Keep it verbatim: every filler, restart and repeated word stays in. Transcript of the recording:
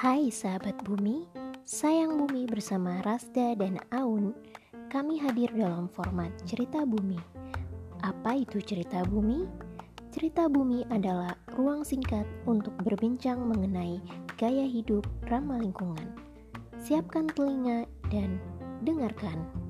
Hai sahabat bumi, sayang bumi bersama Rasda dan Aun. Kami hadir dalam format cerita bumi. Apa itu cerita bumi? Cerita bumi adalah ruang singkat untuk berbincang mengenai gaya hidup ramah lingkungan. Siapkan telinga dan dengarkan.